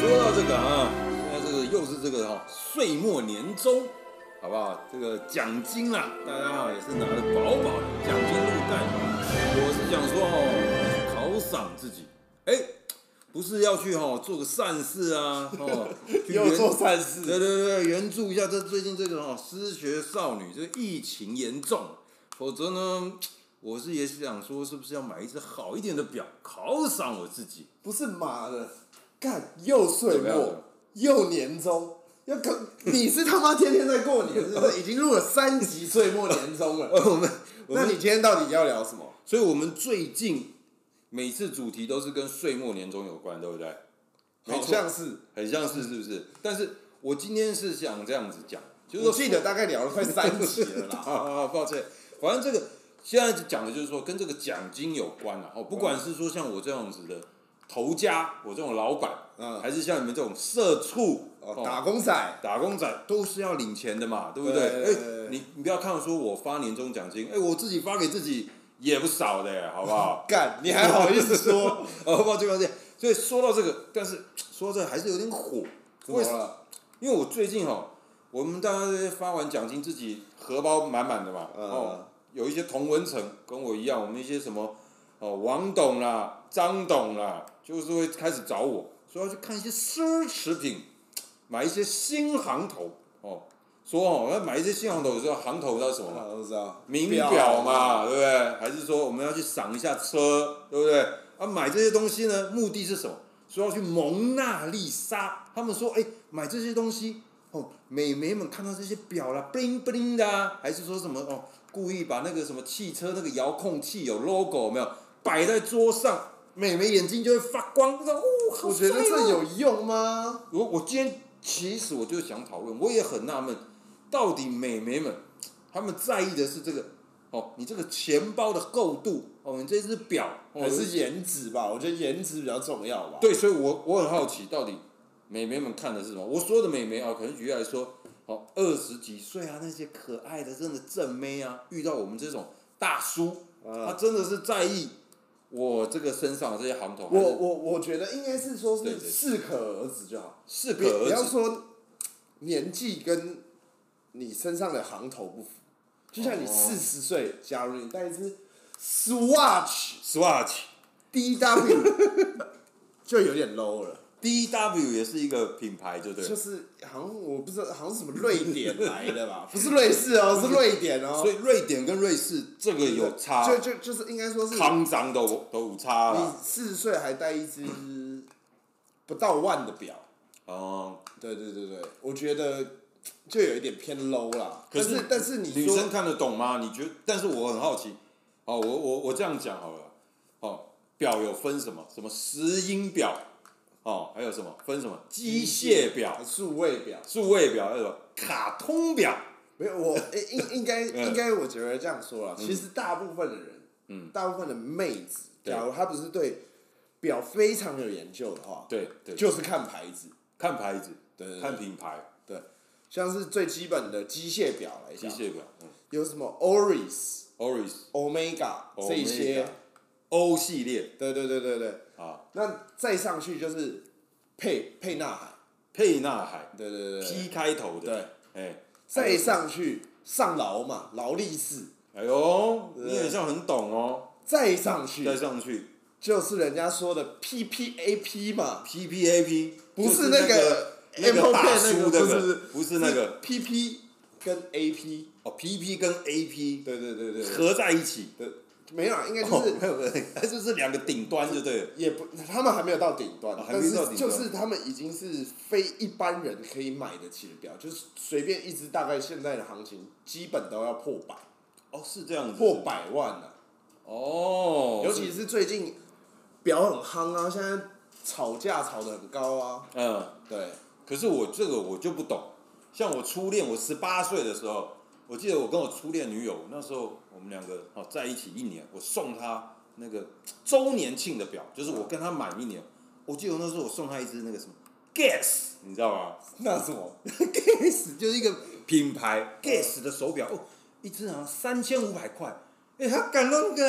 说到这个啊，现在这个又是这个岁末年终，好不好？这个奖金啦，大家也是拿得饱饱的，奖金入袋。我是想说犒赏自己，不是要去做个善事啊， 又做善事， 对，援助一下最近这个失学少女，这个疫情严重，否则呢，我是也想说，是不是要买一只好一点的表犒赏我自己？ 不是妈的，干又岁末又年终，你是他妈天天在过年，是不是？已经录了3集岁末年终了。那你今天到底要聊什么？ 所以我们最近每次主题都是跟岁末年终有关，对不对？ 好像是， 很像是，是不是？但是我今天是想这样子讲，就是我记得大概聊了快3集了啦。 抱歉，反正这个现在讲的就是说跟这个奖金有关啦。不管是说像我这样子的头家，我这种老板，还是像你们这种社畜， 打工仔都是要领钱的嘛，对不对？你不要看说我发年终奖金，我自己发给自己也不少的，好不好？ 干，你还好意思说？ 抱歉。所以说到这个，但是说到这个还是有点火。 怎么了？ 因为我最近我们大家发完奖金，自己荷包满满的嘛。有一些同温层跟我一样，我们一些什么王董啦、张董啦，就是会开始找我，说要去看一些奢侈品，买一些新行头说要买一些新行头的时候，行头知道什么吗？ 我知道， 名表嘛，对不对？还是说我们要去赏一下车，对不对？买这些东西呢，目的是什么？说要去蒙娜丽莎。他们说，买这些东西，美眉们看到这些表啦，bling bling 的啊，还是说什么故意把那个什么汽车那个遥控器有 logo 有没有摆在桌上，美眉眼睛就会发光， 我觉得这有用吗？ 我今天其实我就想讨论，我也很纳闷，到底美眉们她们在意的是这个你这个钱包的厚度你这只表还是颜值吧？我觉得颜值比较重要吧。 对，所以我很好奇，到底美眉们看的是什么？我说的美眉可能举例来说，20几岁啊，那些可爱的真的正妹啊，遇到我们这种大叔，他真的是在意我这个身上的这些行头。 我觉得应该是说是适可而止就好， 适可而止。 不要说年纪跟你身上的行头不符，就像你40岁，假如你戴一只 Swatch DW 就有点 low 了。 DW 也是一个品牌，对不对？ 就是好像我不知道，好像是什么瑞典来的吧？不是瑞士哦，是瑞典哦。 所以瑞典跟瑞士这个有差， 就是应该说是康张都有差啦。 你40岁还戴一只不到1万的表，对，我觉得就有一点偏 low 啦。但是你说女生看得懂吗？你觉得？但是我很好奇，我这样讲好了，表有分什么石英表。还有什么分什么机械表、 数位表， 还有什么卡通表？ 没有，我应该，我觉得这样说啦。其实大部分的人，大部分的妹子，假如她不是对表非常有研究的话， 对， 就是看牌子， 对，看品牌， 对，像是最基本的机械表来讲， 机械表， 有什么 Oris、Omega 这些 O 系列， 对。那再上去就是沛纳海，对 ，P 开头的， 对，再上去上劳嘛，劳力士， 哎呦，你好像很懂哦。 再上去就是人家说的 PPAP 嘛 ，PPAP 不是那个 Apple Pay 那个， 不是那个 PP 跟 AP， PP 跟 AP， 对， 合在一起， 没有啊，应该就是它就是2个顶端就对了。 也不，他们还没有到顶端，但是就是他们已经是非一般人可以买得起的表，就是随便一只大概现在的行情基本都要破100。 是这样子。 破100万啊。尤其是最近表很夯啊，现在炒价炒得很高啊。对。 可是我这个我就不懂，像我初恋，我18岁的时候。我记得我跟我初恋女友那时候，我们2个在一起1年，我送她那个周年庆的表，就是我跟她满1年。我记得那时候我送她一只那个什么 Guess， 你知道吗？ 那什么 Guess 就是一个品牌 Guess 的手表一只好像3500块，他敢弄个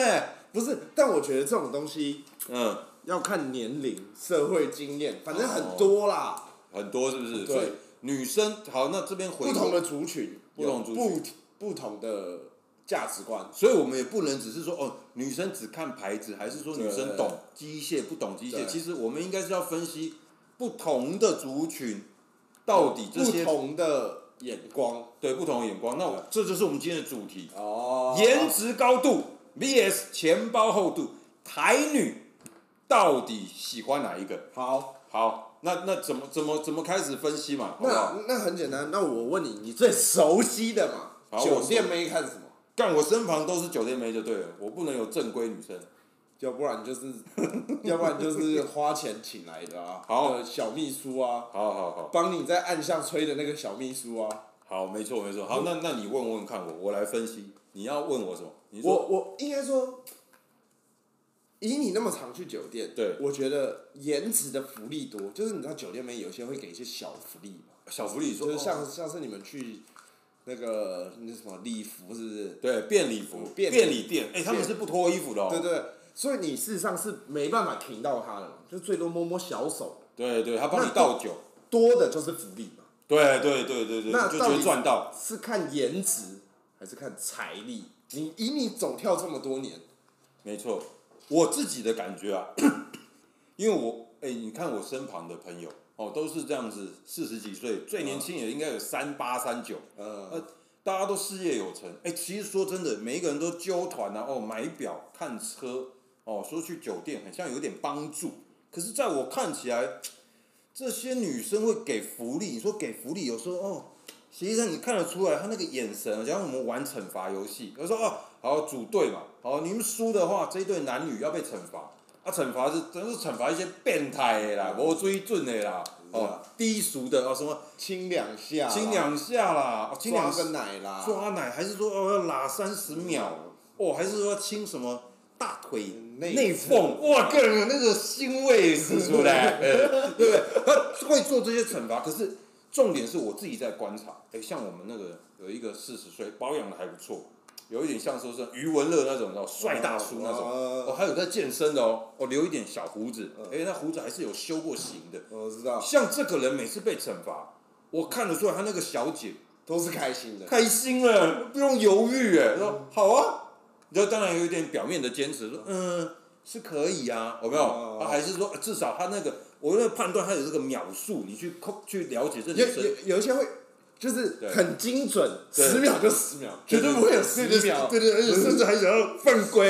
不是，但我觉得这种东西，要看年龄、社会经验，反正很多啦。 很多是不是？ 对。 所以女生好，那这边不同的族群， 不同的价值观， 所以我们也不能只是说女生只看牌子，还是说女生懂机械不懂机械？其实我们应该是要分析不同的族群到底这些不同的眼光， 对不同的眼光。那这就是我们今天的主题颜值高度 VS 钱包厚度，台女到底喜欢哪一个？好，那怎么开始分析嘛？ 那很简单，那我问你，你最熟悉的嘛？酒店妹看什么？ 干我身旁都是酒店妹就对了，我不能有正规女生， 要不然就是花钱请来的啊，小秘书啊， 好， 帮你在暗巷吹的那个小秘书啊。 好，没错，好，那你问看我来分析，你要问我什么？你说我应该说。以你那么常去酒店， 对， 我觉得颜值的福利多，就是你知道酒店里面有些会给一些小福利嘛， 小福利就是像是你们去那什么礼服是不是？ 对，便礼服、便礼店，他们是不脱衣服的对，所以你事实上是没办法停到他的嘛，就最多摸摸小手。 对，他帮你倒酒， 多的就是福利嘛。 对， 那就觉得赚到。 是看颜值还是看财力？你走跳这么多年， 没错。我自己的感觉啊，因为你看我身旁的朋友都是这样子，40几岁，最年轻也应该有38、39，大家都事业有成。其实说真的，每一个人都揪团啊，买表、看车，说去酒店，很像有点帮助。可是在我看起来，这些女生会给福利，你说给福利，有时候实际上你看得出来，她那个眼神，假如我们玩惩罚游戏，有时候好组队嘛，好你们输的话，这一对男女要被惩罚，惩罚真是惩罚一些变态的啦，没水准的啦，低俗的什么亲两下啦， 抓个奶啦， 抓奶还是说要拉30秒，还是说亲什么大腿内缝，哇，个人那个腥味是出来，对不对？他会做这些惩罚，可是重点是我自己在观察，像我们那个有一个40岁，保养的还不错。有一点像说是余文乐那种帅大叔那种，还有在健身的留一点小胡子，那胡子还是有修过型的。 我知道。 像这个人每次被惩罚，我看得出来他那个小姐都是开心的， 开心了，不用犹豫说好啊，就当然有一点表面的坚持，说是可以啊，有没有？还是说至少他那个我那个判断他有这个秒数，你去了解这女生， 有一些会。就是很精准，10秒就10秒，绝对不会有10秒。 对，而且甚至还想要犯规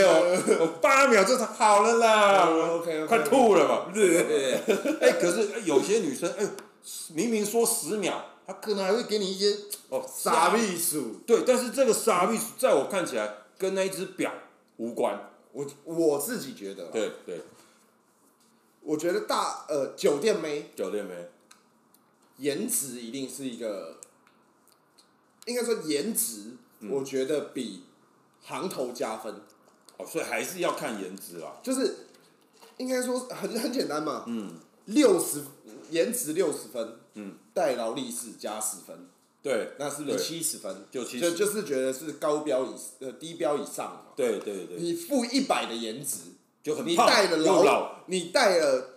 8秒就好了啦。 OK， 快吐了嘛。对。可是有些女生，明明说10秒，她可能还会给你一些傻秘书。 对，但是这个傻秘书，在我看起来跟那一只表无关。 我自己觉得。 对。 我觉得酒店妹。 颜值一定是一个。应该说颜值，我觉得比行头加分。 所以还是要看颜值啦。 就是应该说很简单嘛。颜值60分，戴劳力士加10分， 对， 那是不是70分？ 就是觉得是低标以上嘛。 对。 你负100的颜值， 就很胖， 你带了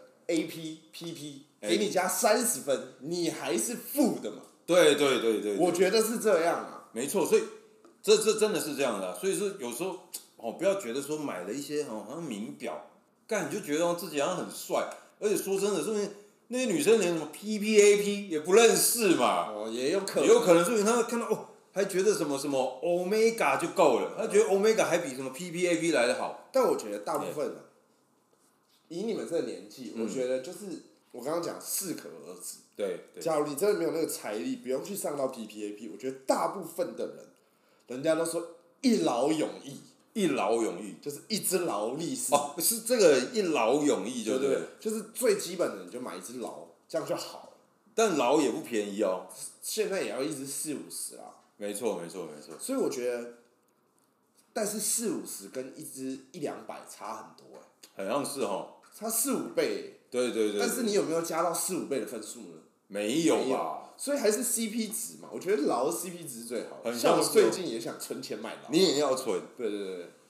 AP、PP， 给你加30分，你还是负的嘛。 对， 我觉得是这样啊， 没错，所以这真的是这样的，所以说有时候不要觉得说买了一些好像名表，你就觉得自己好像很帅，而且说真的，说明那些女生连什么 PPAP 也不认识嘛， 也有可能，说明她看到还觉得什么 Omega 就够了，她觉得 Omega 还比什么 PPAP 来得好， 但我觉得大部分以你们这个年纪，我觉得就是我刚刚讲适可而止。 对。 假如你真的没有那个财力，不用去上到 PPAP， 我觉得大部分的人，人家都说一劳永逸，就是一只劳力士。 是这个一劳永逸，对不对？ 就是最基本的，你就买一只劳，这样就好了。 但劳也不便宜现在也要一只40-50啦。 没错。 所以我觉得，但是40-50跟一只100-200差很多好像是差4-5倍。 对。 但是你有没有加到4-5倍的分数呢？ 没有吧， 所以还是 CP 值嘛。我觉得劳 CP 值是最好的。 像我最近也想存钱买劳。 你也要存。 对。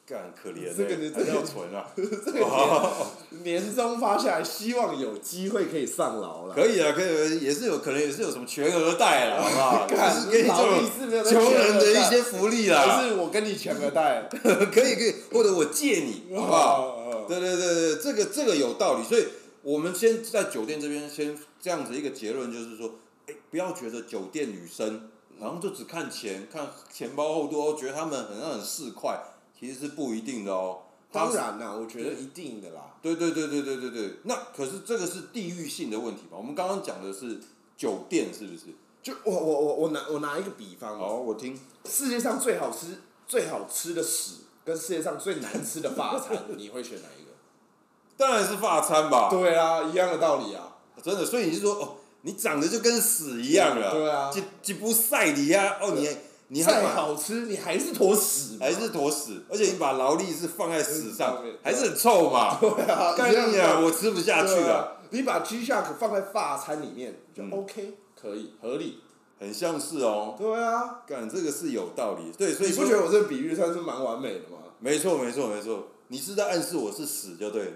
干可怜这个还是要存啊。 这个年终发下来，希望有机会可以上劳了。 可以啊，可以，也是有可能也是有什么全额贷啦，好不好？ 就是给你这种穷人的一些福利啦。 还是我跟你全额贷？ 可以，或者我借你，好不好？对，这个有道理。所以我们先在酒店这边先这样子一个结论，就是说，不要觉得酒店女生好像就只看钱，看钱包厚度，觉得她们很市侩，其实是不一定的哦。 当然啦，我觉得一定的啦。 对，那可是这个是地域性的问题嘛？我们刚刚讲的是酒店，是不是？ 就我拿一个比方。 好，我听。 世界上最好吃的屎，跟世界上最难吃的法餐，你会选哪一个？ 当然是法餐吧。 对啊，一样的道理啊。 真的，所以你是说，你长得就跟屎一样了。 对啊。 几不晒你啊？你再好吃，你还是坨屎。 还是坨屎，而且你把劳力是放在屎上，还是很臭嘛。 对啊。 干你啊！我吃不下去了。 你把 G-Shock 放在法餐里面，就 OK，可以合理。 很像是哦。 对啊。 干这个是有道理，对，所以你不觉得我这个比喻算是蛮完美的吗？ 没错，你是在暗示我是屎就对了。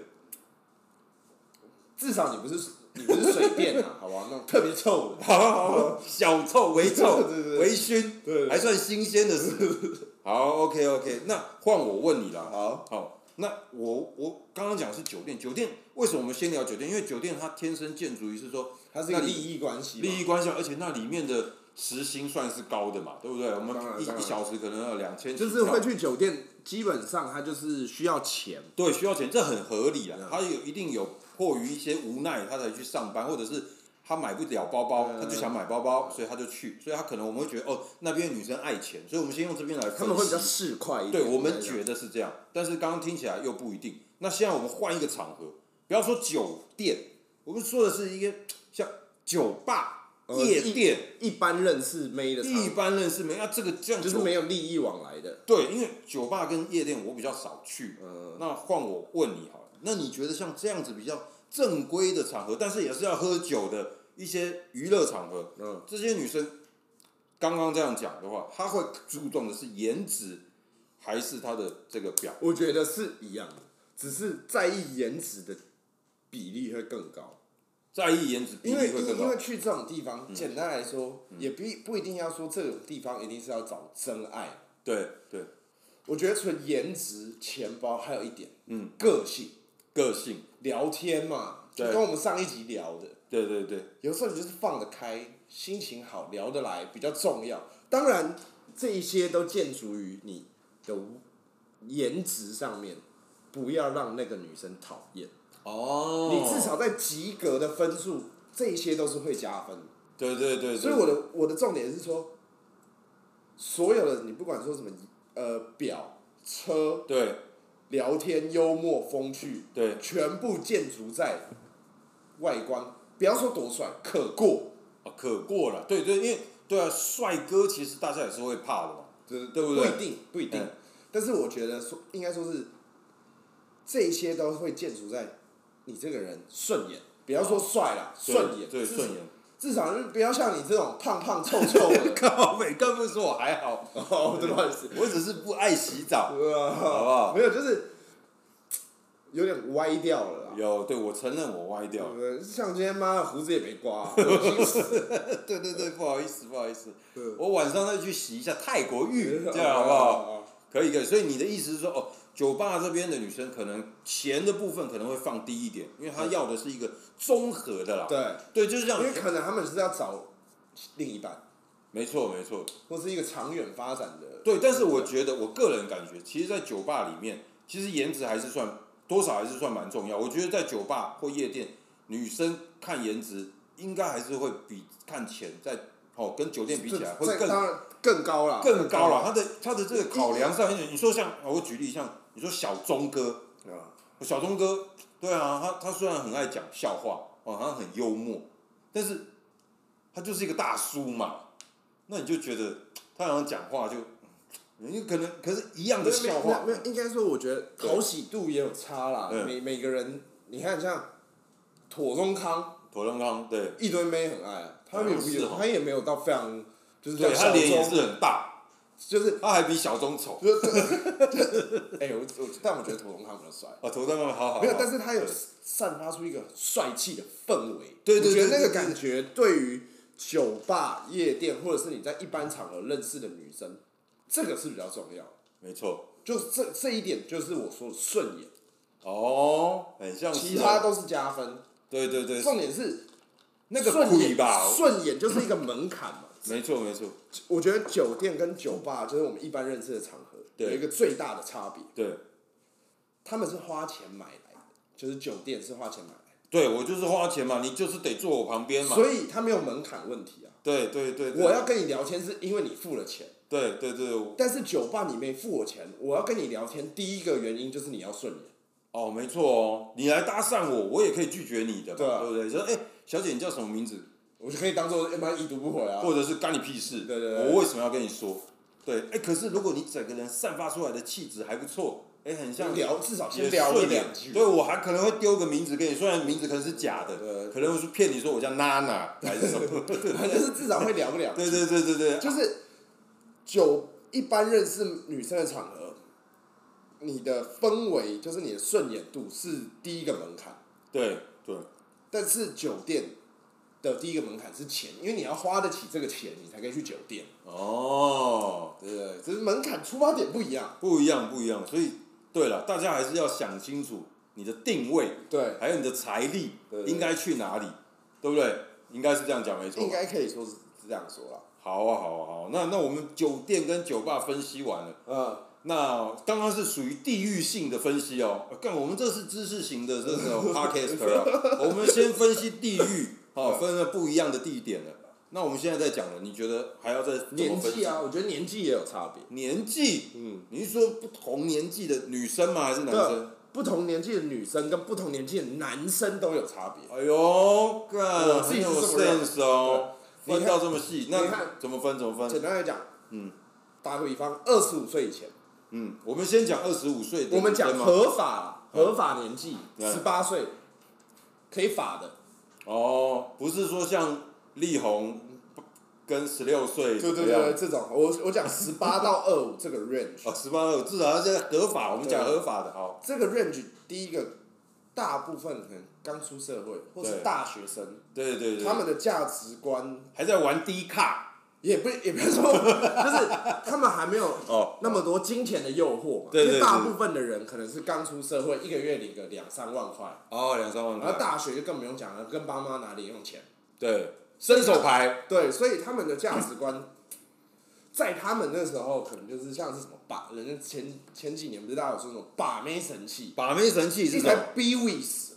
至少你不是水便啊，好吧？那种特别臭的。 好，小臭、微臭、微醺， 对， 还算新鲜的屎。好 ，OK， 那换我问你了。 好， 那我刚刚讲的是酒店为什么我们先聊酒店？因为酒店它天生建筑于是说， 它是一个利益关系， 而且那里面的时薪算是高的嘛，对不对？我们一小时可能要2000， 就是会去酒店，基本上它就是需要钱。 对，需要钱，这很合理啊。他一定有迫于一些无奈，他才去上班，或者是他买不了包包，他就想买包包，所以他就去。所以他可能我们会觉得那边女生爱钱，所以我们先用这边来分析。 他们会比较市侩一点。 对，我们觉得是这样，但是刚刚听起来又不一定。那现在我们换一个场合，不要说酒店，我们说的是一个像酒吧。夜店一般认识妹的， 一般认识妹，那这样就是没有利益往来的。 对，因为酒吧跟夜店我比较少去。那换我问你好了，那你觉得像这样子比较正规的场合，但是也是要喝酒的一些娱乐场合，这些女生刚刚这样讲的话，她会注重的是颜值，还是她的这个表？ 我觉得是一样的，只是在意颜值的比例会更高。 在意颜值比例会更高， 因为去这种地方，简单来说，也不一定要说这种地方一定是要找真爱。 对。 我觉得除了颜值、钱包，还有一点，个性，聊天嘛，就跟我们上一集聊的。 对。 有时候你就是放得开，心情好，聊得来比较重要。当然，这一些都建筑于你的颜值上面，不要让那个女生讨厌。你至少在及格的分数，这些都是会加分。 对。 所以我的重点是说，所有的你不管说什么表、车、 对、 聊天、幽默、风趣， 对， 全部建筑在外观。不要说多帅，可过。 可过了，对，因为对啊，帅哥其实大家也是会怕的嘛，对不对？ 不一定。但是我觉得应该说是，这些都会建筑在你这个人顺眼，不要说帅啦，顺眼。 对，顺眼。 至少不要像你这种胖胖臭臭的。 靠北，根本说我还好。 对，不好意思， 我只是不爱洗澡，好不好？ 没有，就是有点歪掉了啦。 对，我承认我歪掉了。 像今天妈的胡子也没刮。 对，不好意思。我晚上再去洗一下泰国浴，这样好不好？可以。所以你的意思是说，酒吧这边的女生可能钱的部分可能会放低一点，因为她要的是一个综合的啦。对，就是这样。 因为可能他们是要找另一半。 没错。 或是一个长远发展的。 对，但是我觉得我个人感觉，其实，在酒吧里面，其实颜值还是多少还是算蛮重要。我觉得在酒吧或夜店，女生看颜值应该还是会比看钱跟酒店比起来会更高啦。 他的这个考量上，你说像我举例，像你说小钟哥，小钟哥，对啊，他虽然很爱讲笑话，他很幽默，但是他就是一个大叔嘛，那你就觉得他好像讲话就，可是一样的笑话， 没有，应该说我觉得讨喜度也有差啦。每个人，你看像妥中康， 对， 一堆妹很爱，他也没有到非常就是对，他脸也是很大。 就是他还比小钟丑。 但我觉得土东康比较帅。 土东康好。 没有，但是他有散发出一个帅气的氛围。 对， 我觉得那个感觉对于酒吧、夜店，或者是你在一般场合认识的女生，这个是比较重要。 没错， 就这一点，就是我说的顺眼。 很像是。 其他都是加分。 对。 重点是那个贵吧， 顺眼就是一个门槛嘛。 没错。 我觉得酒店跟酒吧就是我们一般认识的场合，有一个最大的差别。 对。 他们是花钱买来的，就是酒店是花钱买来的。 对，我就是花钱嘛，你就是得坐我旁边嘛。 所以他没有门槛问题啊。 对。 我要跟你聊天是因为你付了钱。 对。 但是酒吧你没付我钱，我要跟你聊天，第一个原因就是你要顺眼。 没错你来搭讪我，我也可以拒绝你的嘛，对不对？说小姐你叫什么名字？ 我就可以当做已读不回啊。 或者是干你屁事？ 对。 我为什么要跟你说？对，可是如果你整个人散发出来的气质还不错，很像至少先聊一两句。 对，我还可能会丢个名字给你，虽然名字可能是假的，可能是骗你说我叫娜娜还是什么， 反正是至少会聊个两句。 对。 就是一般认识女生的场合，你的氛围就是你的顺眼度是第一个门槛。 对。 但是酒店的第一个门槛是钱，因为你要花得起这个钱，你才可以去酒店。对，只是门槛出发点不一样。 不一样。所以，对了，大家还是要想清楚你的定位， 对， 还有你的财力应该去哪里，对不对？应该是这样讲没错。 应该可以说是这样说啦。 好，那我们酒店跟酒吧分析完了。那刚刚是属于地域性的分析哦。我们这是知识型的这种 podcaster 啊。我们先分析地域，分了不一样的地点了。那我们现在在讲了，你觉得还要再怎么分析？ 年纪啊，我觉得年纪也有差别。 年纪，你是说不同年纪的女生吗？还是男生？ 不同年纪的女生跟不同年纪的男生都有差别。 哎呦，干， 自己很有 sense 哦。分到这么细，那怎么分？ 简单来讲，打个比方，25岁以前。 我们先讲25岁的。 我们讲合法年纪，18岁可以法的。 不是说像力宏跟16岁。 对，这种我讲18到25这个 range。 18到25至少要是合法，我们讲合法的。好， 这个 range 第一个，大部分可能刚出社会或是大学生。 对。 他们的价值观还在玩低卡。 也不要说，就是他们还没有那么多金钱的诱惑嘛。因为大部分的人可能是刚出社会，一个月领个2-3万块。 2-3万块。 然后大学就更不用讲了，跟爸妈拿零用钱。 对，伸手牌。 对，所以他们的价值观，在他们那时候可能就是像是什么人家前几年不是大家有说什么把妹神器？ 把妹神器是什么？ 一台 Bwiz。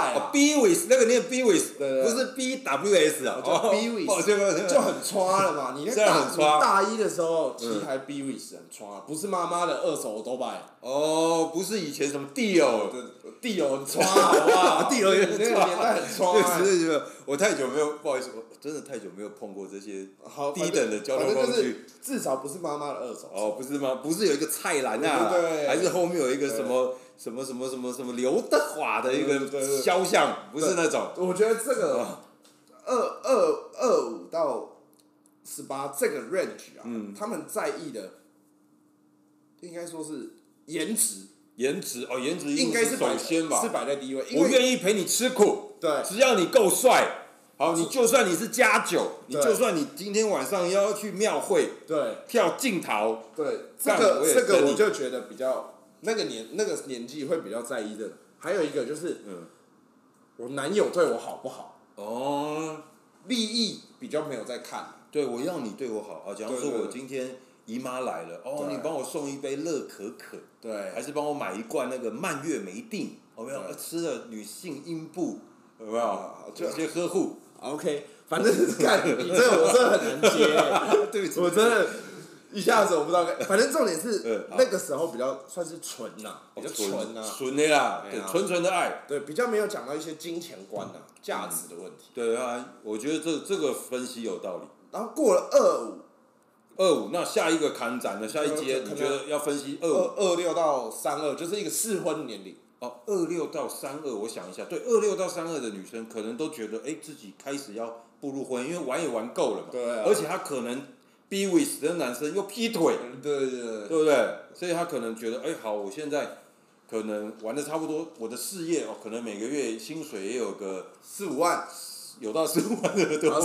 Bwiz 那个念 Bwiz，不是 BWS 啊。 Bwiz 就很刷了嘛。你在大一的时候骑台 Bwiz 很刷，不是妈妈的2手Autobike。 不是以前什么Dio 很刷，好不好 ？Dio 也很刷。那个年代很刷。 我太久没有，不好意思，我真的太久没有碰过这些低等的交通工具。 至少不是妈妈的2手。 不是吗？不是有一个菜篮啊？还是后面有一个什么刘德华的一个肖像？不是那种。 我觉得这个25到18这个 range 啊，他们在意的应该说是颜值。 颜值应该是首先吧， 是摆在第一位。 我愿意陪你吃苦， 对， 只要你够帅。好，你就算你是加酒，你就算你今天晚上要去庙会， 对， 跳镜头， 对，这个我就觉得比较那个年纪会比较在意的。还有一个就是，我男友对我好不好？利益比较没有在看。 对，我要你对我好。假如说我今天姨妈来了，你帮我送一杯乐可可， 对， 还是帮我买一罐那个蔓越莓定，有没有？吃了女性阴部，有没有？有些呵护。 OK， 反正看你这个我真的很难接。对不起，我真的一下子我不知道。反正重点是那个时候比较算是纯呐，比较纯呐， 纯的啦，对，纯的爱。 对，比较没有讲到一些金钱观呐、价值的问题。 对啊，我觉得这个分析有道理。 然后过了 25，那下一个砍斩的下一阶，你觉得要分析 26到32，就是一个适婚年龄。 26到32，我想一下，对，26到32的女生可能都觉得，自己开始要步入婚姻，因为玩也玩够了嘛。 对啊。 而且她可能 be with 的男生又劈腿， 对不对？所以他可能觉得，好，我现在可能玩的差不多，我的事业可能每个月薪水也有个 4-5万， 有到4万的多吗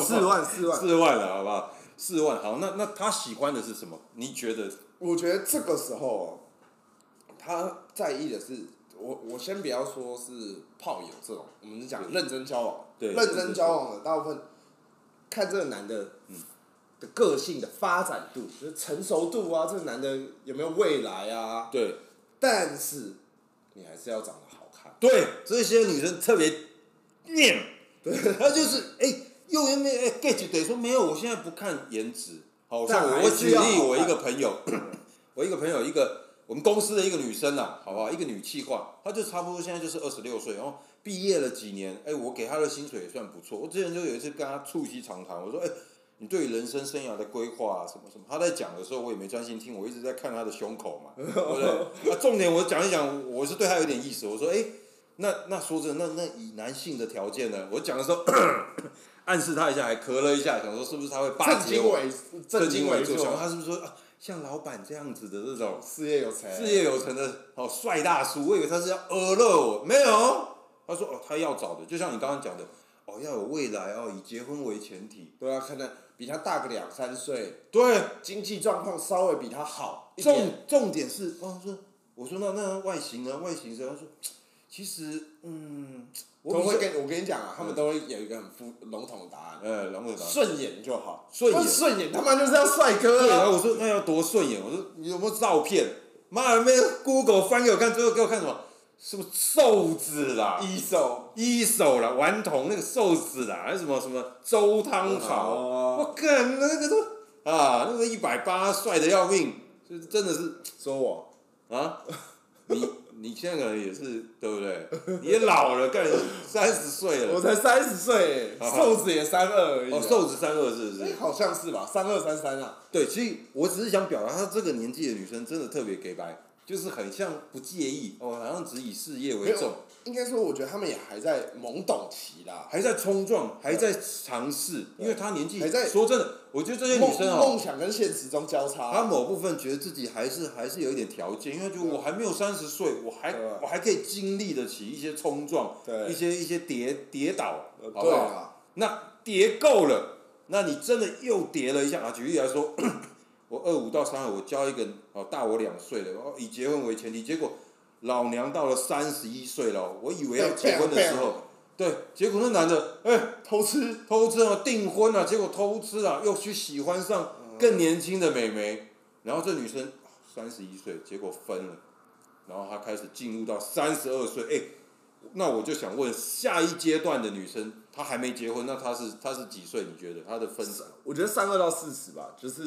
？4万了，好不好？4万，好，那他喜欢的是什么？你觉得？ 我觉得这个时候，他在意的是，我先不要说是炮友这种，我们是讲认真交往，认真交往的大部分，看这个男的，的个性的发展度，就是成熟度啊，这个男的有没有未来啊？ 对。 但是你还是要长得好看。 对，这些女生特别念，她就是幼儿园get 得说没有，我现在不看颜值。好，像我举例，我一个朋友，我们公司的一个女生啊，好不好？一个女企划，她就差不多现在就是26岁，然后毕业了几年，我给她的薪水也算不错。我之前就有一次跟她促膝长谈，我说，你对于人生生涯的规划啊，什么什么，她在讲的时候，我也没专心听，我一直在看她的胸口嘛，对不对？重点我讲一讲，我是对她有点意思。我说，那说真的，那以男性的条件呢？我讲的时候，暗示她一下，还咳了一下，想说是不是她会巴结我？ 正襟危坐， 想她是不是说像老板这样子的这种事业有成的帅大叔？我以为他是要勒我，没有。他说他要找的，就像你刚刚讲的，要有未来以结婚为前提。 对啊，可能比他大个2-3岁， 对， 经济状况稍微比他好一点。 重点是，我说那外形呢？外形他说，其实我跟你讲啊，他们都会有一个很笼统的答案。 笼统的答案。 顺眼就好。 顺眼他妈就是要帅哥啊！ 对，然后我说那要多顺眼？我说你有没有照片？妈的，那 Google 翻给我看，最后给我看什么？是不是瘦子啦？一手啦，顽童那个瘦子啦，还是什么周汤豪？我干，那个都那个180帅的要命，真的是说我啊，你现在可能也是对不对？你也老了，干30岁了。 我才30岁，瘦子也32而已。 瘦子32是不是？ 好像是吧，32、33啊。 对，其实我只是想表达，她这个年纪的女生真的特别给白。就是很像不介意好像只以事业为重。 应该说，我觉得他们也还在懵懂期啦， 还在冲撞，还在尝试，因为他年纪还在。 说真的，我觉得这些女生梦想跟现实中交叉。 她某部分觉得自己还是有一点条件，因为就我还没有30岁，我还可以经历得起一些冲撞，一些跌倒，好不好？那跌够了，那你真的又跌了一下举例来说。我25到32，我交一个大我2岁的，以结婚为前提，结果老娘到了31岁了，我以为要结婚的时候，对，结果那男的偷吃订婚了，结果偷吃了，又去喜欢上更年轻的美眉，然后这女生31岁，结果分了，然后她开始进入到32岁，那我就想问，下一阶段的女生，她还没结婚，那她是几岁？你觉得她的分？ 我觉得32到40吧，就是。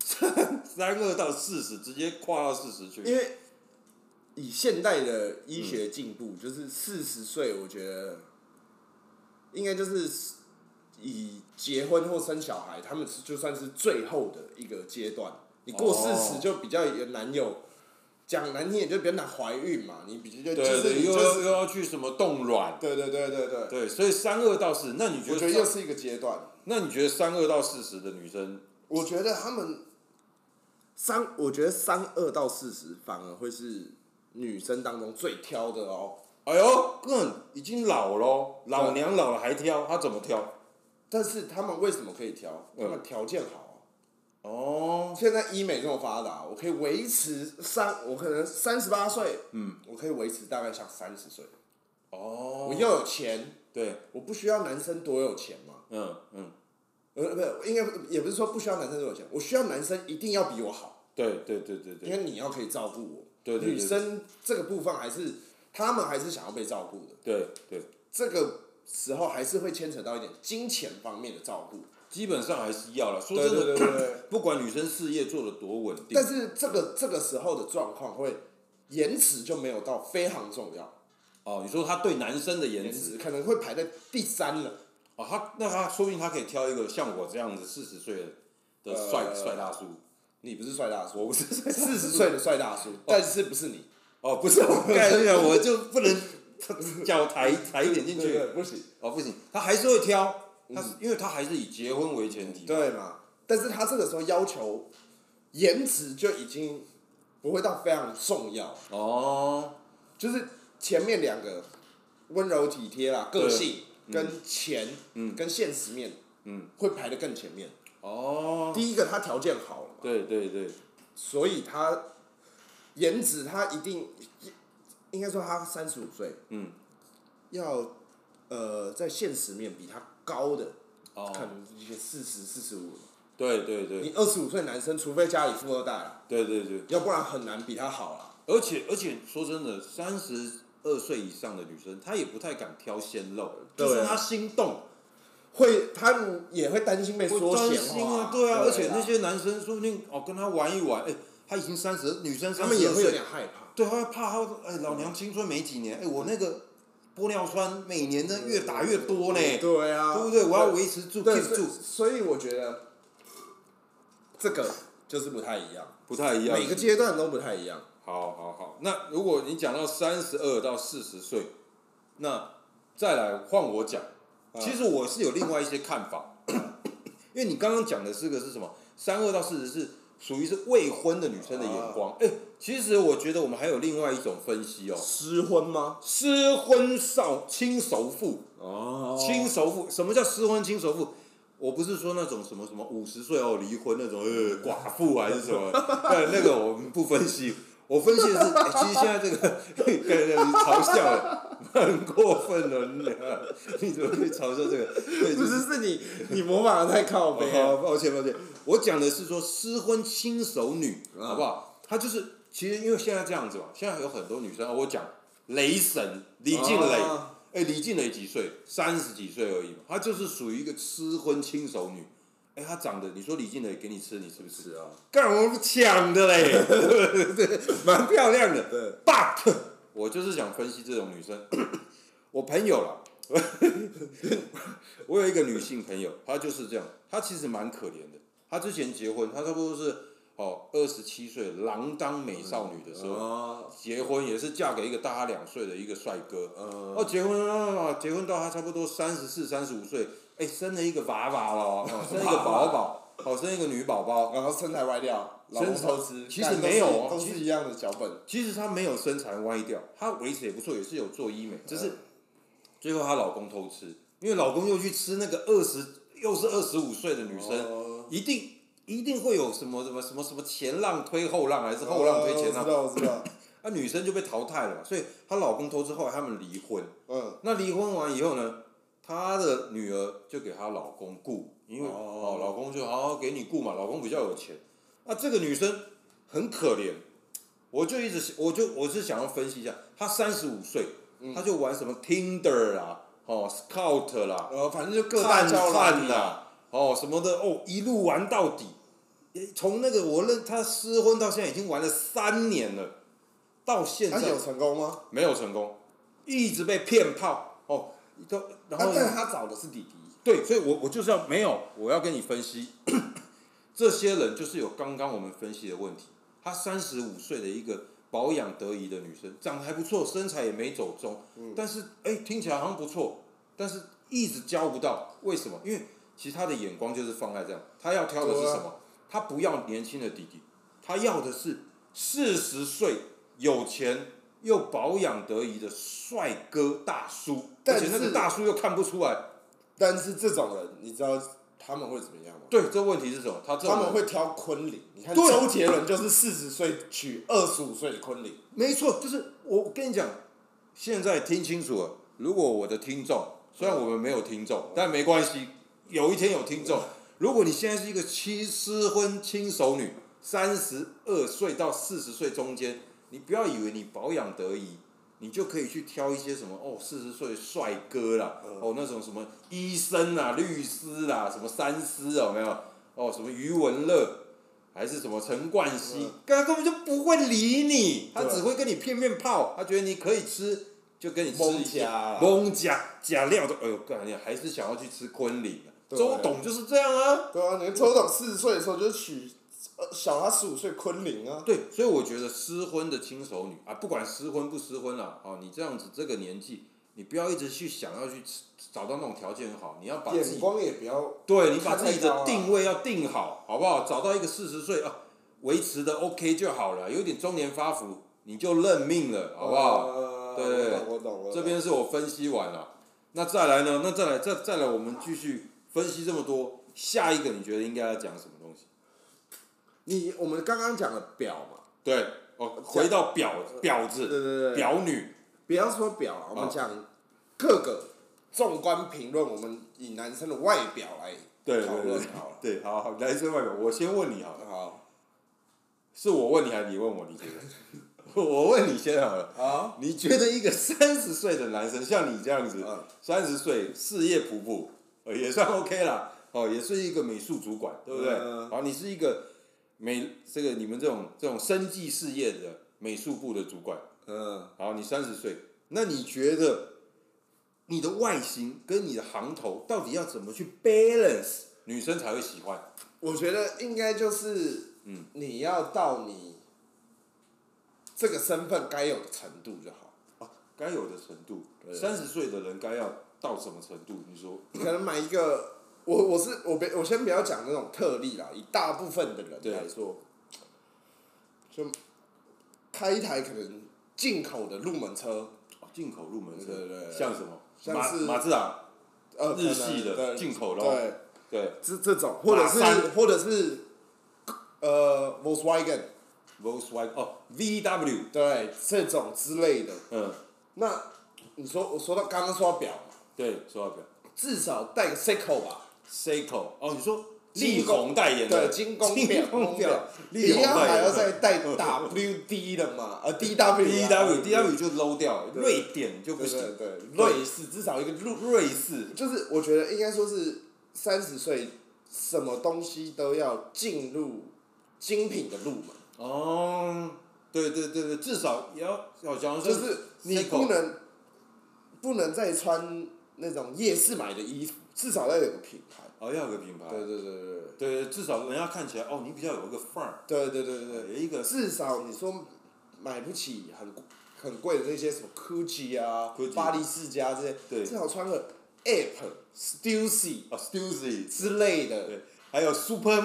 32到40，直接跨到40去。 因为以现代的医学进步，就是40岁，我觉得应该就是以结婚或生小孩，他们就算是最后的一个阶段。你过40就比较难有，讲难听点就比较难怀孕嘛，你比较就是又要去什么冻卵。 对。 对，所以32到40，那你觉得？ 我觉得又是一个阶段。 那你觉得32到40的女生？ 我觉得他们。我觉得32到40反而会是女生当中最挑的哦。 哎呦，已经老了，老娘老了还挑，她怎么挑？ 但是他们为什么可以挑？他们条件好现在医美这么发达，我可以维持我可能38岁，我可以维持大概像30岁。我又有钱， 对， 我不需要男生多有钱嘛。不，应该也不是说不需要男生多有钱，我需要男生一定要比我好。 对。 因为你要可以照顾我。 对。 女生这个部分他们还是想要被照顾的。 对。 这个时候还是会牵扯到一点金钱方面的照顾。 基本上还是要了。说真的， 对。 不管女生事业做得多稳定， 但是这个时候的状况会，颜值就没有到非常重要。 你说他对男生的颜值可能会排在第3了。 他说不定他可以挑一个像我这样子40岁的帅大叔。 你不是帅大叔， 我不是 40岁的帅大叔，但是不是你？ 不是我，我就不能脚抬一点进去， 不行。 不行，他还是会挑，因为他还是以结婚为前提。 对嘛？ 但是他这个时候要求颜值就已经不会到非常重要哦， 就是前面两个温柔体贴啦，个性跟钱，跟现实面，会排得更前面。 哦， 第一个他条件好了嘛， 对对对， 所以他颜值他一定应该说他35岁，要在现实面比他高的，可能一些40、45。 对对对， 你25岁男生，除非家里富二代啦， 对对对， 要不然很难比他好啦。 而且说真的，32岁以上的女生，她也不太敢挑鲜肉，就是她心动， 他们也会担心被说闲话啊，对啊，而且那些男生说不定跟她玩一玩，她已经30，女生30， 他们也会有点害怕， 对，她会怕老娘青春没几年，我那个玻尿酸每年的越打越多呢， 对啊， 对不对？我要维持住 keep 住， 所以我觉得这个就是不太一样，每个阶段都不太一样。 好，那如果你讲到32到40岁，那再来换我讲。其实我是有另外一些看法，因为你刚刚讲的是什么？32到40是属于是未婚的女生的眼光。其实我觉得我们还有另外一种分析哦。 失婚吗？ 失婚轻熟妇。轻熟妇，什么叫失婚轻熟妇？我不是说那种什么50岁离婚那种寡妇还是什么，那个我们不分析。我分析的是，其实现在这个嘲笑了，很过分了，你怎么可以嘲笑这个？ 不是你模仿的太靠北了。 抱歉，我讲的是说失婚轻熟女，好不好？她就是其实因为现在这样子嘛，现在有很多女生，我讲雷神李静蕾，李静蕾几岁？30几岁而已嘛，她就是属于一个失婚轻熟女。她长得，你说李静蕾给你吃，你吃不吃啊？干我抢的嘞，对，蛮漂亮的。 对 ，But 我就是想分析这种女生。我朋友啦，我有一个女性朋友，她就是这样，她其实蛮可怜的。她之前结婚，她差不多是27岁，锒铛美少女的时候，结婚也是嫁给一个大她2岁的一个帅哥。结婚到她差不多34、35岁。生了一个娃娃了，生一个宝宝，生一个女宝宝， 然后身材歪掉，老公偷吃， 其实没有， 都是一样的脚本。 其实她没有身材歪掉，她维持也不错，也是有做医美，只是最后她老公偷吃，因为老公又去吃那个又是25岁的女生，一定会有什么前浪推后浪，还是后浪推前浪？ 我知道。 那女生就被淘汰了嘛，所以她老公偷吃，后来他们离婚。那离婚完以后呢？她的女儿就给她老公顾，因为老公就好好给你顾嘛，老公比较有钱。那这个女生很可怜，我是想要分析一下，她35岁，她就玩什么 Tinder 啦，Scout 啦， 反正就各大交友啦，什么的一路玩到底。从那个她失婚到现在已经玩了3年了，到现在。 她有成功吗？ 没有成功，一直被骗炮然后但他找的是弟弟。 对，所以我就是我要跟你分析，这些人就是有刚刚我们分析的问题。她35岁的一个保养得宜的女生，长得还不错，身材也没走中，但是听起来好像不错，但是一直交不到，为什么？因为其实她的眼光就是放在这样，她要挑的是什么？她不要年轻的弟弟，她要的是40岁有钱又保养得宜的帅哥大叔，而且那个大叔又看不出来。 但是这种人，你知道他们会怎么样吗？ 对，这问题是什么？他们会挑昆凌。你看周杰伦就是40岁娶25岁的昆凌。 没错，就是我跟你讲，现在听清楚了。如果我的听众，虽然我们没有听众，但没关系，有一天有听众。如果你现在是一个失婚轻熟女，32岁到40岁中间。你不要以为你保养得宜，你就可以去挑一些什么40岁帅哥啦，那种什么医生啦、律师啦、什么三师有没有？什么余文乐，还是什么陈冠希，他根本就不会理你，他只会跟你骗炮，他觉得你可以吃，就跟你吃一些蒙假料的，干你还是想要去吃昆凌。周董就是这样啊。 对啊，你看周董40岁的时候就娶。小他15岁昆凌啊。 对，所以我觉得失婚的轻熟女啊，不管失婚不失婚啦，你这样子这个年纪， 你不要一直去想要去找到那种条件很好，你要把自己眼光也不要， 对你把自己的定位要定好，好不好？找到一个40岁啊，维持的 OK 就好了，有点中年发福，你就认命了，好不好？对， 我懂。 这边是我分析完了，那再来呢？那再来，我们继续分析这么多，下一个你觉得应该要讲什么东西？ 我们刚刚讲的表嘛， 对，回到婊子， 对， 婊女， 不要说表啊，我们讲各个纵观评论，我们以男生的外表来讨论好了。 对，好，男生外表，我先问你好了。 好， 是我问你还是你问我？你觉得？我问你先好了。 好， 你觉得一个30岁的男生，像你这样子，30岁事业普普，也算 OK 啦。也是一个美术主管，对不对？好，你是一个你们这种生计事业的美术部的主管。好，你30岁，那你觉得你的外形跟你的行头到底要怎么去 balance， 女生才会喜欢？ 我觉得应该就是，你要到你这个身份该有的程度就好。 该有的程度，30岁的人该要到什么程度？你说？ 可能买一个，我先不要讲那种特例啦，以大部分的人来说，就开一台可能进口的入门车。 进口入门车， 对， 像什么？ 像是马自达，日系的进口咯。对， 这种，或者是Volkswagen VW， 对，这种之类的。那我说到刚刚说到表嘛， 对，说到表， 至少带个 Seiko 吧。 Seiko， 你说力宏代言的， 对，精工表，力宏还要再带 WD 的嘛，DW 就 low 掉，瑞典就不行。 对，瑞士至少一个瑞士， 就是我觉得应该说是30岁，什么东西都要进入精品的入门。 对，至少也要讲说， 就是你不能再穿那种夜市买的衣服，至少要有个品牌。 要有个品牌。 对， 至少人家看起来你比较有一个范儿。 对， 有一个。 至少你说买不起很贵的那些什么 Gucci 啊、巴黎世家这些，至少穿个 Stussy 之类的。 对，还有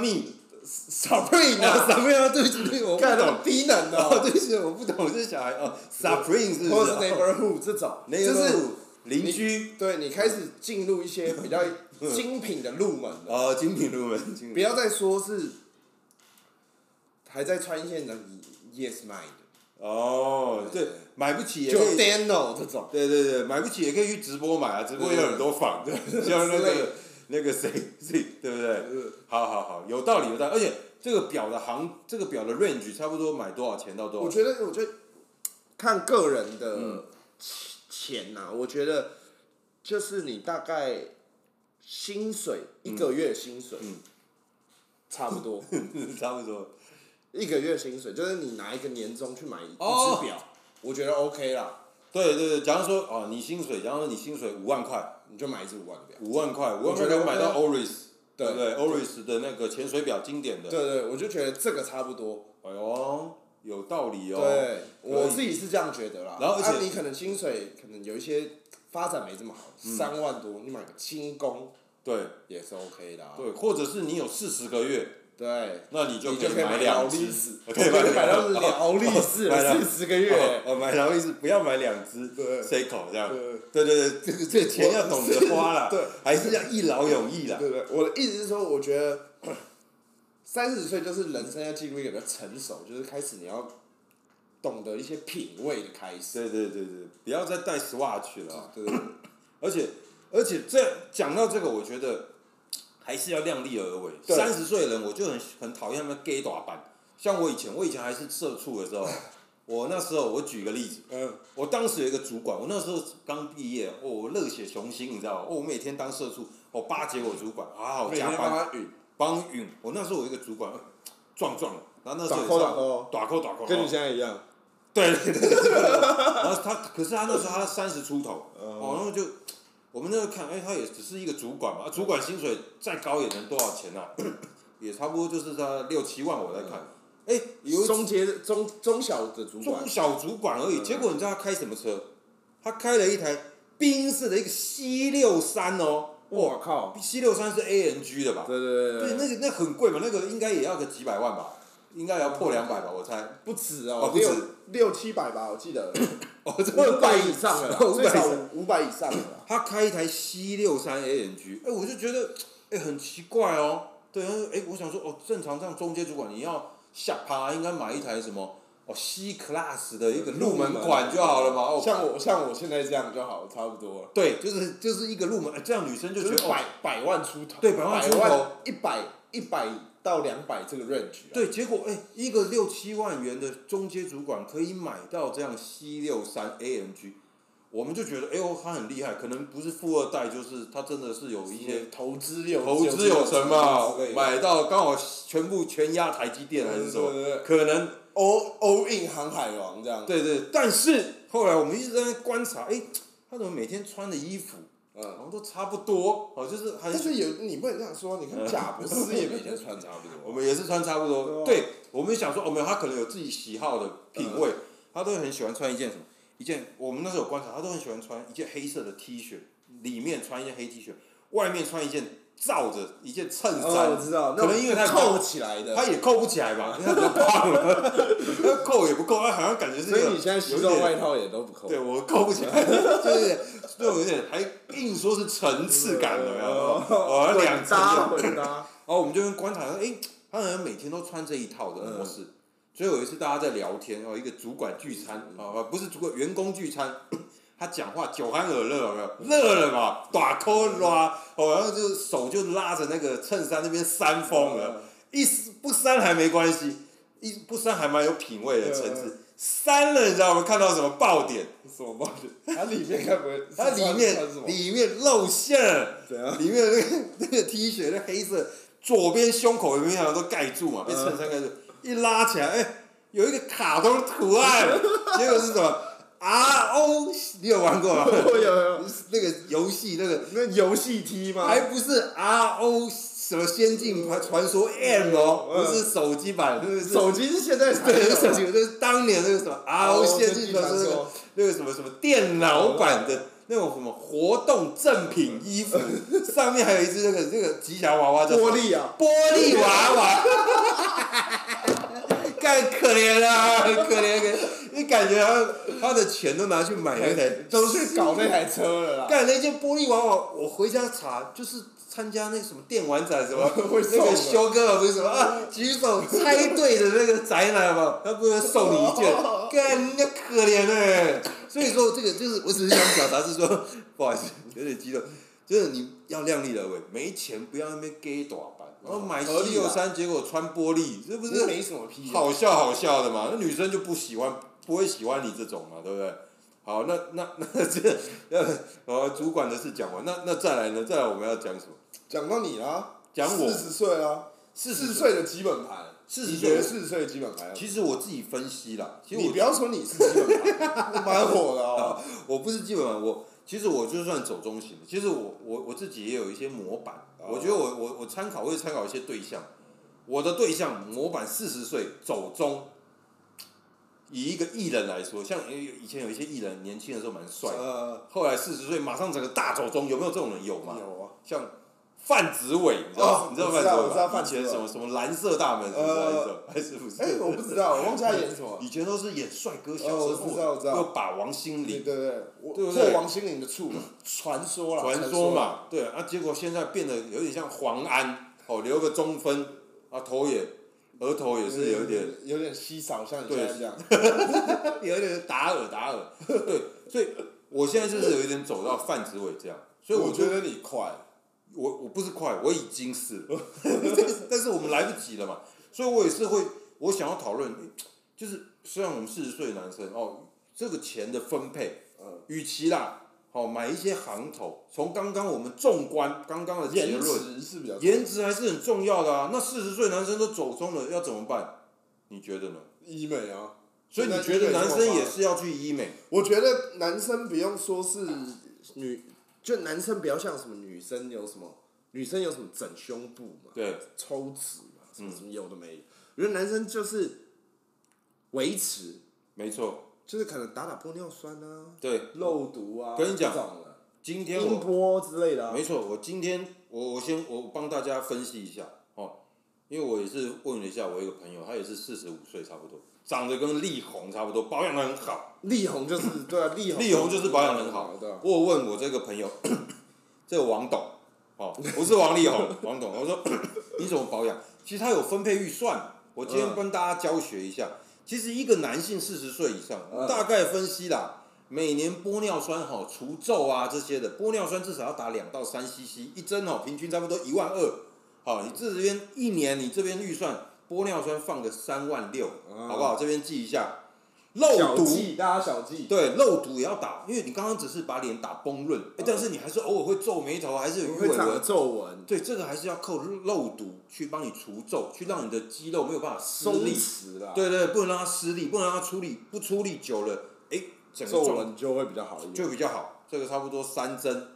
Supreme 对，我不懂。 那种低能对不起，我不懂这小孩Supreme 是不是？ 或者是 Neighborhood 这种，就是邻居。 对，你开始进入一些比较精品的入门了。 精品入门。 不要再说是还在穿一些人 Yes Mind。 对，买不起也可以。 就 Dano 这种。 对，买不起也可以去直播买直播也有很多仿的，像那个谁，对不对？好，有道理，而且这个表的 range 差不多买多少钱到多少钱？ 我觉得看个人的钱呐，我觉得就是你大概薪水一个月薪水，差不多， 差不多一个月薪水，就是你拿一个年终去买一只表，我觉得 OK 啦。 对，假如说你薪水5万块， 你就买一只5万的表。 5万块可以买到 Oris， 对不对 ？Oris 的那个潜水表经典的。 对，我就觉得这个差不多。 有道理哦。 对，我自己是这样觉得啦。 然后而且你可能薪水可能有一些发展没这么好，3万多，你买个精工， 对， 也是 OK 的。 对，或者是你有40个月。 对， 那你就可以买 2只， 可以买到劳力士40个月。 买劳力士，不要买2只 Seiko 这样。对，这个钱要懂得花啦， 对， 还是要一劳永逸啦。 对，我的意思是说，我觉得30岁就是人生要进入一个比较成熟，就是开始你要懂得一些品味的开始。 对，不要再戴 Swatch 了。 对， 而且讲到这个，我觉得还是要量力而为。30岁的人，我就很讨厌他们 gay 打扮。像我以前还是社畜的时候，我那时候我举个例子，我当时有一个主管，我那时候刚毕业，我热血雄心，你知道吗？我每天当社畜，巴结我主管，好加班，帮运。我那时候有一个主管，壮的，然后那时候打扣， 跟你现在一样。 对，然后可是他那时候他30出头，然后就。我们那时候看，他也只是一个主管嘛，主管薪水再高也能多少钱啊？也差不多就是他6、7万，我在看。有中小的主管。 中小主管而已。结果你知道他开什么车？他开了一台宾士的一个 C63哦， 我靠 ，C63是 AMG 的吧？ 对， 对，那很贵嘛，那个应该也要个几百万吧，应该也要破200吧，我猜。 不止哦， 不止 600-700吧，我记得。 200 以上了，最少500以上了。 他开一台 C63 AMG，我就觉得很奇怪哦。对，我想说正常这样中阶主管你要下趴，应该买一台什么C Class 的一个入门款就好了嘛。 像我现在这样就好，差不多了。 对，就是一个入门，这样女生就觉得百万出头。 对，百万出头 ，100到200这个 range。 对，结果一个6-7万元的中阶主管可以买到这样 C63 AMG。我们就觉得，他很厉害，可能不是富二代，就是他真的是有一些投资有成嘛，买到刚好全压台积电还是什么，可能 all in 航海王这样。 对，但是后来我们一直在那观察，他怎么每天穿的衣服，好像都差不多，就是还是。 但是你不能这样说，你看贾博士也每天穿差不多。 我们也是穿差不多，对，我们想说，没有，他可能有自己喜好的品味，他都很喜欢穿一件什么。我们那时候有观察，他都很喜欢穿一件黑色的 T 恤，里面穿一件黑 T 恤，外面穿一件罩着一件衬衫。 我知道， 可能因为他扣起来的， 他也扣不起来吧，因为他比较胖，他扣也不扣，他好像感觉是。 所以你现在西装外套也都不扣。 对，我扣不起来，就是有点还硬说是层次感的，两层混搭。 然后我们就跟观察，他好像每天都穿这一套的模式。所以有一次大家在聊天，一个主管聚餐，不是主管，员工聚餐，他讲话酒酣耳热，有没有？热了嘛，大口拉，然后就手就拉着那个衬衫那边扇风了，不扇还没关系，不扇还蛮有品味的层次，扇了你知道我们看到什么爆点？ 什么爆点？它里面该不会？ 它里面露馅了， 怎样？ 里面那个 T 恤那黑色，左边胸口有没有都盖住嘛？被衬衫盖住。一拉起来，有一个卡通图案，结果是什么 ？RO， 你有玩过吗？ 有。 那个游戏那游戏 T 吗？ 还不是 RO 什么仙境传说 M 不是手机版， 手机是现在对，手机就是当年那个什么 RO 仙境传说那个什么电脑版的。那种什么活动赠品衣服，上面还有一只那个吉祥娃娃叫玻璃啊， 玻璃娃娃，干可怜啊，很可怜，你感觉他的钱都拿去买那台， 都去搞那台车了啦。 干那件玻璃娃娃，我回家查，就是参加那什么电玩展什么，那个修哥不是什么举手猜对的那个宅男嘛，他不是送你一件，干人家可怜所以说这个就是我只是想表达是说，不好意思，有点激动，就是你要量力而为，没钱不要那边给大班，然后买763结果穿玻璃，这不是没什么屁， 好笑的嘛？那女生就不会喜欢你这种嘛，对不对？好，那这主管的事讲完，那再来呢？再来我们要讲什么？ 讲到你啦， 讲我 40岁啊，40岁的基本盘。你觉得40岁的基本盘？ 其实我自己分析啦，其实你不要说你是基本盘，蛮火的哦。 我不是基本盘，其实我就算走中型的，其实我自己也有一些模板，我觉得我会参考一些对象，我的对象模板40岁走中。以一个艺人来说，像以前有一些艺人年轻的时候蛮帅的，后来40岁马上整个大走中，有没有这种人？有吗？ 有啊， 像范子伟，你知道范子伟吧？ 我知道以前什么蓝色大门还是不是？ 我不知道，我忘记他演什么。 以前都是演帅哥小生活，我知道。 又把王心凌， 对， 破王心凌的处传说嘛，对啊，结果现在变得有点像黄安，留个中分，额头也是有点稀少，像你现在这样， 有点打耳，对，所以我现在就是有一点走到范子伟这样，所以我觉得你快， 我不是快，我已经是，但是我们来不及了嘛，所以我也是我想要讨论，就是虽然我们40岁的男生这个钱的分配，与其啦。买一些行头，从刚刚我们纵观刚刚的结论，颜值还是很重要的啊。那40岁男生都走中了，要怎么办？你觉得呢？ 医美啊， 所以你觉得男生也是要去医美？ 我觉得男生不用说是就男生不要像什么女生有什么整胸部嘛， 对， 抽脂嘛，什么有的没的。我觉得男生就是维持， 没错。 就是可能打玻尿酸啊， 对， 肉毒啊， 跟你讲这种的今天音波之类的、啊。 没错，我今天我帮大家分析一下哦，因为我也是问了一下我一个朋友，他也是45岁差不多，长得跟力宏差不多，保养的很好。 力宏就是对啊，力宏就是保养得很好。 对啊。 我有问我这个朋友，这个王董哦，不是王力宏，王董，我说你怎么保养？其实他有分配预算，我今天跟大家教学一下。其实一个男性40岁以上，大概分析啦，每年玻尿酸除皱啊这些的，玻尿酸至少要打2到3 cc 一针平均差不多12000。好，你这边一年你这边预算玻尿酸放个36000，好不好？这边记一下。肉毒， 大家小记。 对，肉毒也要打，因为你刚刚只是把脸打崩润，但是你还是偶尔会皱眉头，还是有鱼尾纹、 皱纹。 对，这个还是要靠肉毒去帮你除皱，去让你的肌肉没有办法施力。对对，不能让它施力，不能让它出力，不出力久了，整个皱纹就会比较好一点。 就比较好，这个差不多3针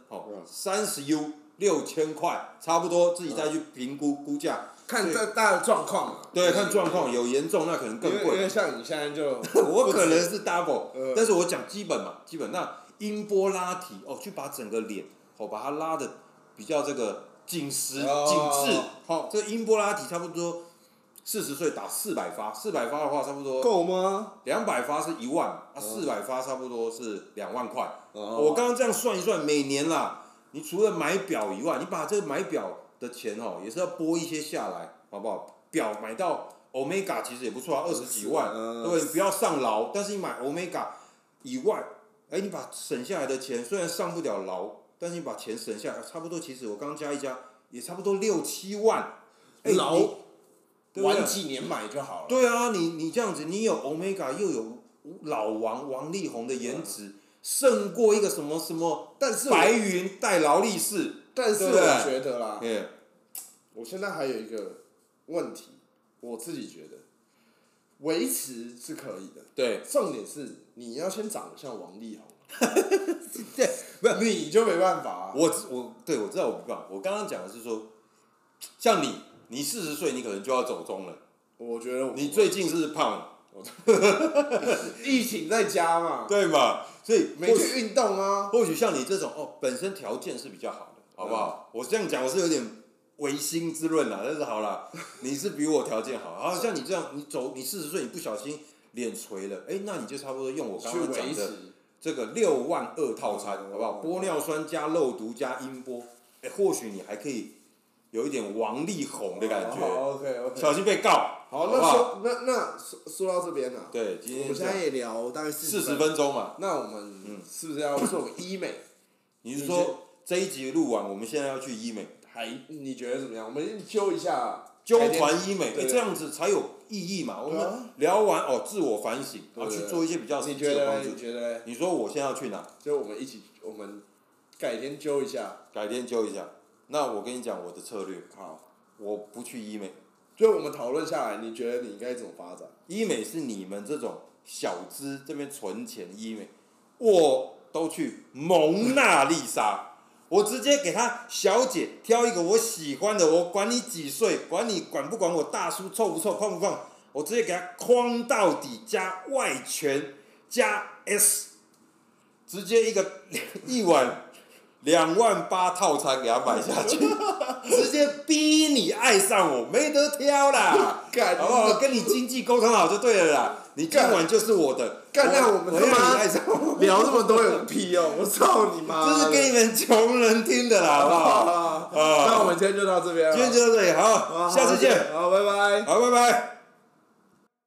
，30U 6000块，差不多自己再去评估价。 看大的状况啊， 对，看状况，有严重那可能更贵。 因为像你现在就， 我可能是 double，但是我讲基本嘛，基本那音波拉提去把整个脸把它拉的比较这个紧实紧致，这个音波拉提差不多40岁打400发，400发的话差不多够吗 ？200发是1万，400发差不多是2万块。我刚刚这样算一算，每年啦，你除了买表以外，你把这个买表的钱也是要拨一些下来，好不好？表买到 Omega 其实也不错啊，20几万，对不对？你不要上劳，但是你买 Omega 以外，你把省下来的钱虽然上不了劳，但是你把钱省下来，差不多其实我刚加一加也差不多6、7万。 劳晚几年买就好了。 对啊，你这样子，你有 Omega 又有老王力宏的颜值，胜过一个什么什么白云带劳力士。 但是我觉得啦，我现在还有一个问题，我自己觉得维持是可以的， 对， 重点是你要先长得像王力宏， 对，不你就没办法啊。 我知道我不办法，我刚刚讲的是说，像你40岁，你可能就要走中了。 我觉得你最近是胖了， 疫情在家嘛， 对嘛？所以没去运动啊。 或许像你这种本身条件是比较好的，好不好？我这样讲我是有点唯心之论啦，但是好啦，你是比我条件好，然后像你这样，你40岁，你不小心脸垂了，那你就差不多用我刚刚讲的这个62000套餐，好不好？玻尿酸加肉毒加音波，或许你还可以有一点王力宏的感觉。 OK， 小心被告。 好，那说到这边了。 对，今天我们现在也聊大概 40分钟嘛。 那我们是不是要做个医美？ 你是说这一集录完，我们现在要去医美？ 你觉得怎么样？我们揪一下。 揪团医美，这样子才有意义嘛。我们聊完自我反省，然后去做一些比较实际的帮助。 你觉得？ 你说我现在要去哪？ 就我们改天揪一下。 那我跟你讲我的策略。 好， 我不去医美。 就我们讨论下来，你觉得你应该怎么发展？ 医美是你们这种小资这边存钱医美，我都去蒙娜丽莎。我直接给她小姐挑一个我喜欢的，我管你几岁，管不管我大叔臭不臭，胖不胖，我直接给她框到底，加外圈加 S， 直接一碗28000套餐给她买下去，直接逼你爱上我，没得挑啦，好不好？跟你经济沟通好就对了啦。你今晚就是我的， 那我们他妈聊这么多有个屁用！我操你妈！ 这是给你们穷人听的啦，好不好？ 那我们今天就到这边了。 今天就到这里，好，下次见。 好，拜拜。 好，拜拜。